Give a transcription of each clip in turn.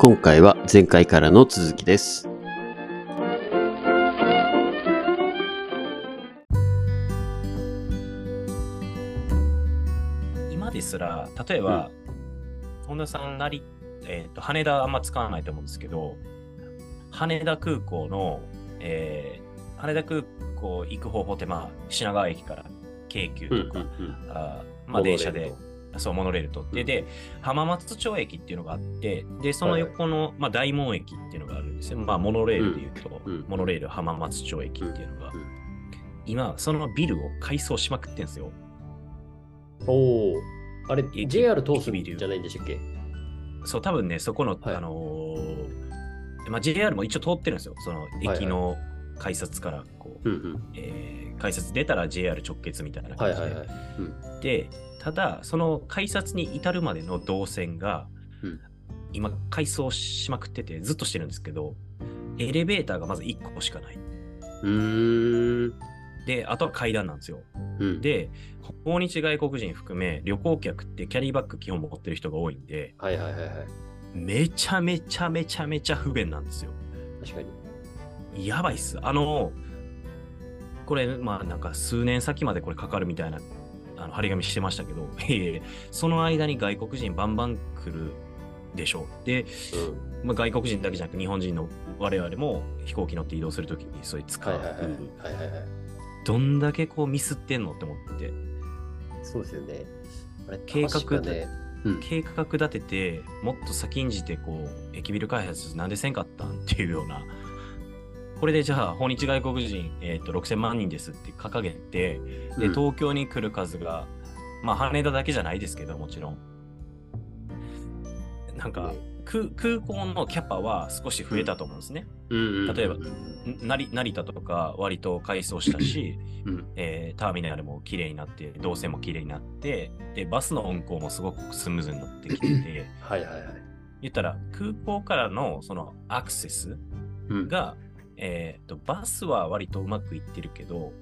今回は前回からの続きです。 今ですら、例えば、本田さん羽田あんま使わないと思うんですけど、羽田空港の、羽田空港行く方法って、品川駅から京急とか、電車で、モノレールとって、で、浜松町駅っていうのがあって、で、その横の、大門駅っていうのがあるんですよ。モノレールで言うと、モノレール浜松町駅っていうのが、今、そのビルを改装しまくってんですよ。 おー、あれ、JR 通すビルじゃないんでしたっけ？ そう、多分ね、そこの、JR も一応通ってるんですよ。その駅の改札からこう、改札出たら JR 直結みたいな感じで。で、ただ、その改札に至るまでの動線が、今改装しまくってて、ずっとしてるんですけど、エレベーターがまず1個しかない。で、あとは階段なんですよ。で、訪日外国人含め、旅行客ってキャリーバッグ基本持ってる人が多いんで、めちゃめちゃめちゃめちゃ不便なんですよ。 確かに。やばいっす。これ、なんか数年先までこれかかるみたいな、張り紙してましたけど、その間に外国人バンバン来るでしょう。で、外国人だけじゃなく日本人の我々も飛行機乗って移動するときにそれ使う。どんだけこうミスってんのって思って。 そうですよね。 あれ計画立てて、もっと先んじてこう駅ビル開発なんでせんかったんっていうような。これでじゃあ訪日外国人、6000万人ですって掲げて、で東京に来る数が、羽田だけじゃないですけど、もちろん。なんか、空港のキャパは少し増えたと思うんですね。例えば、成田とか割と改装したし、ターミナルも綺麗になって、動線も綺麗になって、で、バスの運行もすごくスムーズになってきてて、言ったら、空港からのそのアクセスが、バスは割とうまくいってるけど、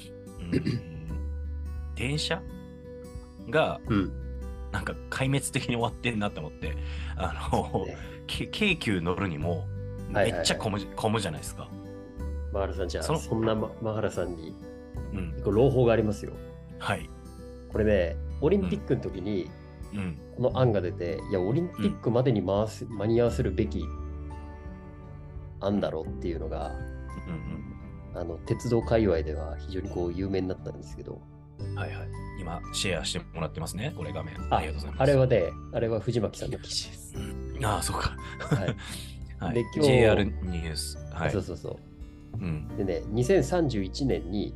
電車が、なんか壊滅的に終わってんなと思って、京急乗るにもめっちゃ混むじゃないですか。 マハラさん、じゃあそんなマハラさんに朗報がありますよ。 はい。 これね、オリンピックの時にこの案が出て、いや、オリンピックまでに間に合わせるべき案だろうっていうのが、鉄道界隈では非常にこう有名になったんですけど、 今シェアしてもらってますね、これ画面。 ありがとうございます。あれは藤巻さんの記事です。 ああ、そうか。 で、今日 JR ニュース。 そう。でね、2031年に、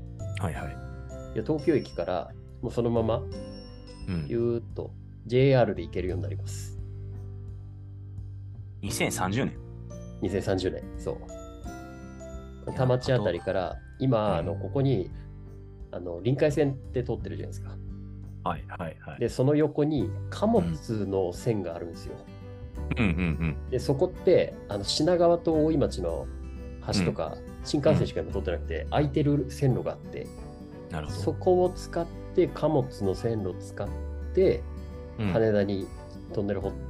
東京駅からもうそのまま、ゆーっと JR で行けるようになります。 2030年 ?2030 年、そう。田町あたりから、今、ここに、臨海線って通ってるじゃないですか。で、その横に貨物の線があるんですよ。で、そこって、品川と大井町の橋とか、新幹線しか今通ってなくて、空いてる線路があって、そこを使って、貨物の線路を使って、羽田にトンネル掘って、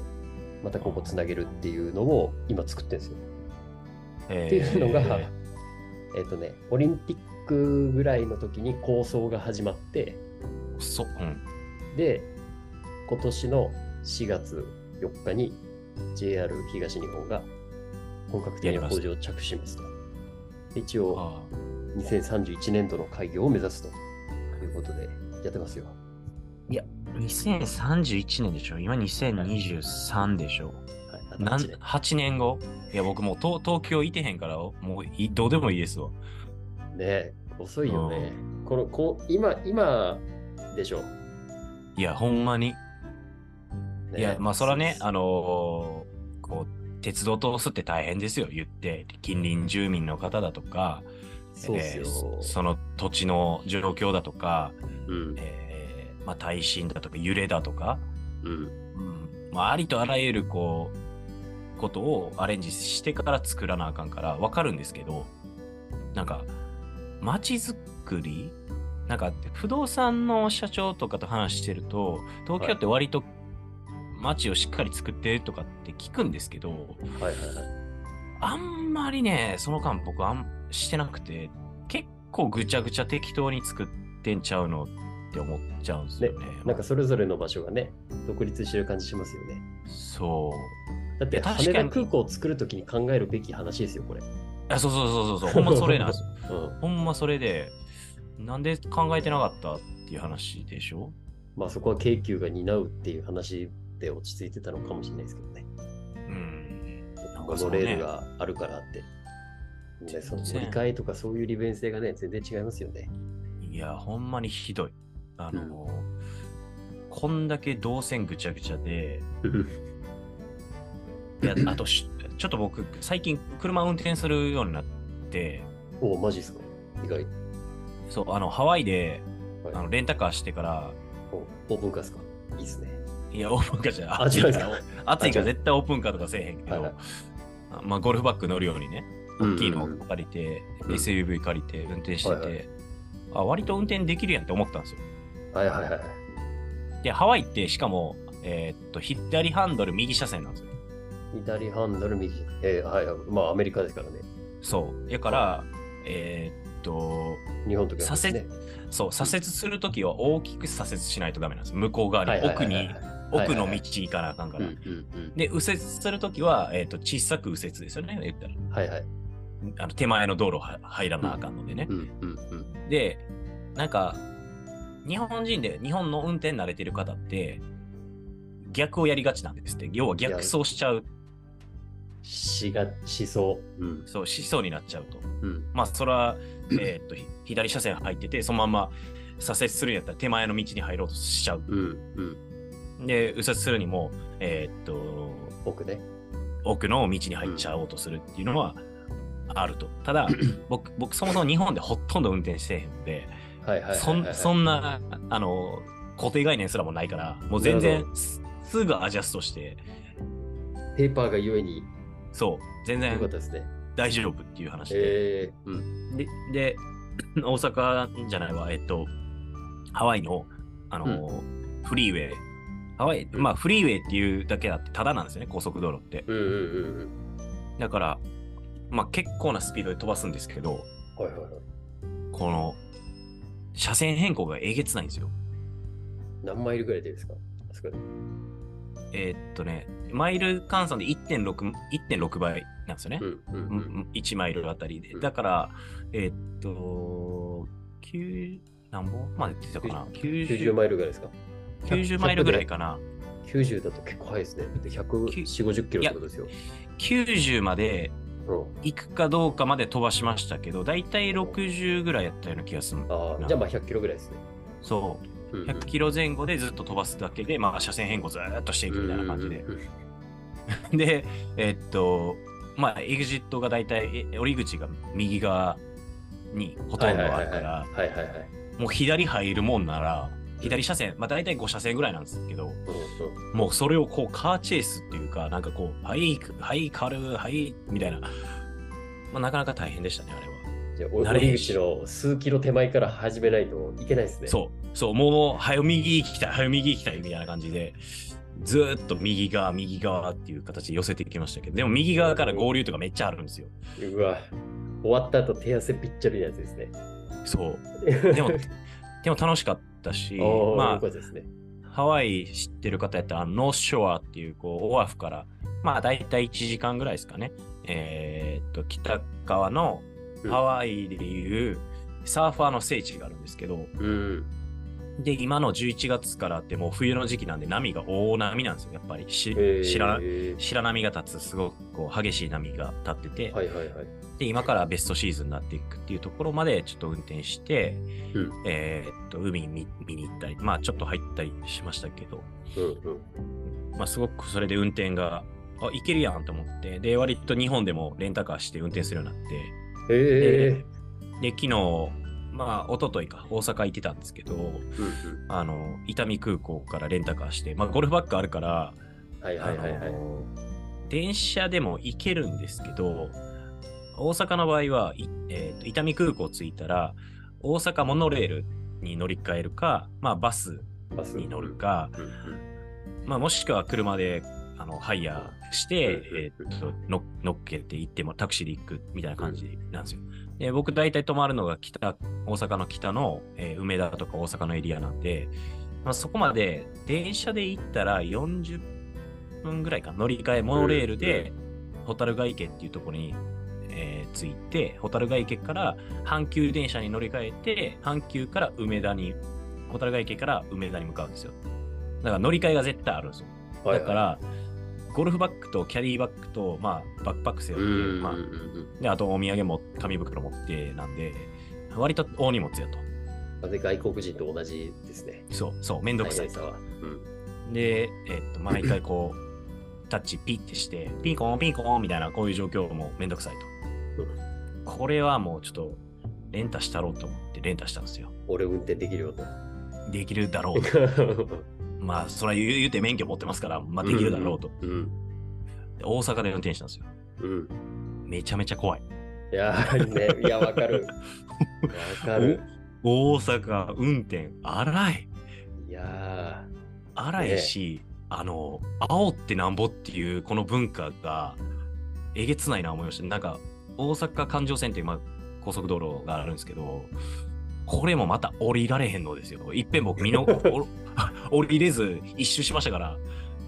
またここつなげるっていうのを今作ってるんですよ。っていうのが、オリンピックぐらいの時に構想が始まって、で、今年の4月4日に JR 東日本が本格的な工事を着手しますと。一応、2031年度の開業を目指すということでやってますよ。 いや、2031年でしょ。今2023でしょ。8年後。いや、僕もう東京いてへんから、もうどうでもいいですわ。 ね、遅いよね。今でしょ。 いや、ほんまに。いや、そらね、鉄道通すって大変ですよ、言って。近隣住民の方だとか、その土地の状況だとか、耐震だとか、揺れだとか、ありとあらゆることをアレンジしてから作らなあかんから分かるんですけど、なんか街づくり、なんか不動産の社長とかと話してると、東京って割と、 街をしっかり作ってるとかって聞くんですけど、 はいはいはい。 あんまりね、その間僕してなくて、結構ぐちゃぐちゃ適当に作ってんちゃうのって思っちゃうんですよね。 なんかそれぞれの場所がね、独立してる感じしますよね。 そう。 だって羽田空港を作るときに考えるべき話ですよ、これ。 そう。ほんまそれなんですよ。ほんまそれで、なんで考えてなかったっていう話でしょ。 まあそこは京急が担うっていう話で落ち着いてたのかもしれないですけどね。モノレールがあるからって。その乗り換えとかそういう利便性がね、全然違いますよね。 いや、ほんまにひどい。こんだけ動線ぐちゃぐちゃで、いや、あとちょっと僕、最近車運転するようになって、 マジですか？意外。 そう、ハワイで、レンタカーしてから、 オープンカーですか？いいっすね。 いや、オープンカーじゃない。暑いから絶対オープンカーとかせえへんけど、まあ、ゴルフバッグ乗るようにね、大きいのを借りて、SUV 借りて運転してて、割と運転できるやんって思ったんですよ。 はいはいはい。 で、ハワイってしかも、左ハンドル右車線なんですよ。 左ハンドル右。はい。まあ、アメリカですからね。 そう。だから、 日本とかですね。 そう、左折するときは大きく左折しないとダメなんです。向こう側に、奥の道行かなあかんから。で、右折するときは、小さく右折ですよね、言ったら。 はいはい。 手前の道路入らなあかんのでね。で、なんか、日本の運転慣れてる方って、逆をやりがちなんですって。要は逆走しちゃう。 しそう。 そう、しそうになっちゃうと。まあ、それは、左車線入ってて、そのまま左折するんやったら手前の道に入ろうとしちゃう。で、右折するにも、奥の道に入っちゃおうとするっていうのはあると。ただ、僕そもそも日本でほとんど運転してへんので、そんな、固定概念すらもないから、もう全然すぐアジャストして、 ペーパーがゆえに、 そう、全然大丈夫っていう話で。で、大阪じゃないわ、ハワイの、フリーウェイ。まあ、フリーウェイっていうだけあって、ただなんですよね、高速道路って。だから、まあ、結構なスピードで飛ばすんですけど、この、車線変更がえげつないんですよ。 何マイルぐらいでですか？ マイル換算で 1.6 倍なんですよね。1マイルあたりで。だから、何本まで出たかな 90マイルぐらいですか？ 90 マイルぐらいかな。 90だと結構速いですね。140、50キロってことですよ。 90まで行くかどうかまで飛ばしましたけど、だいたい60ぐらいやったような気がする。 じゃあまあ100キロぐらいですね。 そう。100キロ前後でずっと飛ばすだけで、まあ車線変更ずっとしていくみたいな感じで。で、まあエグジットがだいたい降り口が右側にほとんどあるから、もう左入るもんなら、左車線、まあ大体5車線ぐらいなんですけど、もうそれをこうカーチェイスっていうか、なんかこう、はい、カル、はい、みたいな。まあなかなか大変でしたね、あれは。 じゃあ、降り口の数キロ手前から始めないといけないですね。 そう、もう、早右行きたい、みたいな感じで、ずーっと右側っていう形で寄せてきましたけど、でも右側から合流とかめっちゃあるんですよ。 うわ、終わった後手汗ぴっちゃりなやつですね。 そう。でも楽しかったし、まあ、ハワイ知ってる方やったら、ノースショアっていう、こう、オアフから、まあ、だいたい1時間ぐらいですかね。北側のハワイでいうサーファーの聖地があるんですけど、で、今の11月からってもう冬の時期なんで波が大波なんですよ、やっぱり。白波が立つ、すごくこう激しい波が立ってて、で、今からベストシーズンになっていくっていうところまでちょっと運転して、海に見に行ったり、まあちょっと入ったりしましたけど、まあすごくそれで運転が、いけるやんと思って、で、割と日本でもレンタカーして運転するようになって、で、昨日、まあ、一昨日か、大阪行ってたんですけど、伊丹空港からレンタカーして、まあ、ゴルフバッグあるから、電車でも行けるんですけど、大阪の場合は、伊丹空港着いたら、大阪モノレールに乗り換えるか、まあ、バスに乗るか、 もしくは車でハイヤーして、乗っけて行ってもタクシーで行くみたいな感じなんですよ。で僕大体泊まるのが大阪の北の、梅田とか大阪のエリアなんで、そこまで電車で行ったら40分ぐらいか乗り換え、モノレールで蛍ヶ池っていうところに、着いて、蛍ヶ池から阪急電車に乗り換えて、阪急から蛍ヶ池から梅田に向かうんですよ。だから乗り換えが絶対あるんですよ。だから、ゴルフバッグとキャディバッグと、バックパック背負って、で、あとお土産も紙袋持ってなんで、割と大荷物やと。 で、外国人と同じですね。 そう、めんどくさい。で、毎回こう、タッチピッてして、ピンコンピンコンみたいなこういう状況もめんどくさいと。これはもうちょっと、レンタしたろうと思ってレンタしたんですよ。 俺運転できるよと。 できるだろうと。それは言うて免許持ってますから、できるだろうと。で大阪で運転したんですよ。めちゃめちゃ怖い。 いや、わかる。わかる。 大阪運転荒い。 いや荒いし、煽ってなんぼっていうこの文化がえげつないな思いました。なんか、大阪環状線って高速道路があるんですけど、これもまた降りられへんのですよ。いっぺん僕降りれず一周しましたから。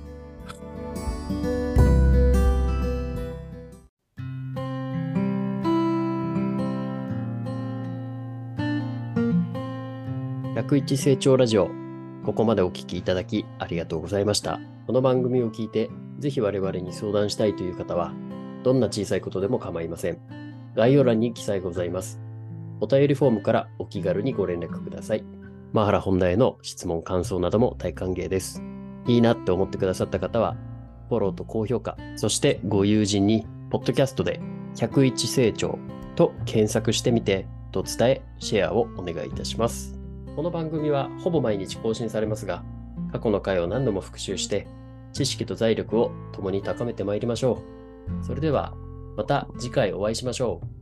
101成長ラジオ、ここまでお聞きいただきありがとうございました。この番組を聞いてぜひ我々に相談したいという方は、どんな小さいことでも構いません。概要欄に記載ございます。お便りフォームからお気軽にご連絡ください。マハラ本田への質問感想なども大歓迎です。いいなって思ってくださった方はフォローと高評価、そしてご友人にポッドキャストで101成長と検索してみてと伝え、シェアをお願いいたします。この番組はほぼ毎日更新されますが、過去の回を何度も復習して知識と財力を共に高めてまいりましょう。それではまた次回お会いしましょう。